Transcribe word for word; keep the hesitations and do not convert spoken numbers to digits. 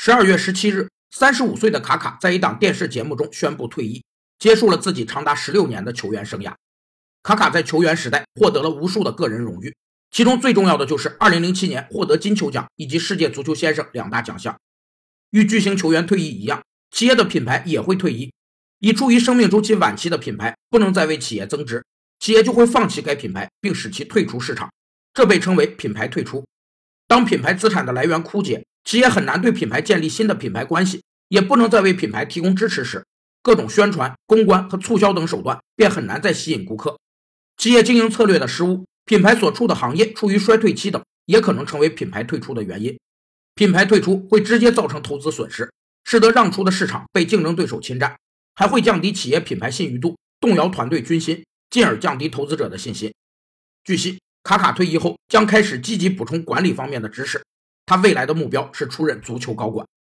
十二月十七日，三十五岁的卡卡在一档电视节目中宣布退役，结束了自己长达十六年的球员生涯。卡卡在球员时代获得了无数的个人荣誉，其中最重要的就是二零零七年获得金球奖以及世界足球先生两大奖项。与巨星球员退役一样，企业的品牌也会退役。已处于生命周期晚期的品牌不能再为企业增值，企业就会放弃该品牌并使其退出市场，这被称为品牌退出。当品牌资产的来源枯竭，企业很难对品牌建立新的品牌关系，也不能再为品牌提供支持时，各种宣传、公关和促销等手段便很难再吸引顾客。企业经营策略的失误，品牌所处的行业处于衰退期等，也可能成为品牌退出的原因。品牌退出会直接造成投资损失，使得让出的市场被竞争对手侵占，还会降低企业品牌信誉度，动摇团队军心，进而降低投资者的信心。据悉，卡卡退役后将开始积极补充管理方面的知识，他未来的目标是出任足球高管。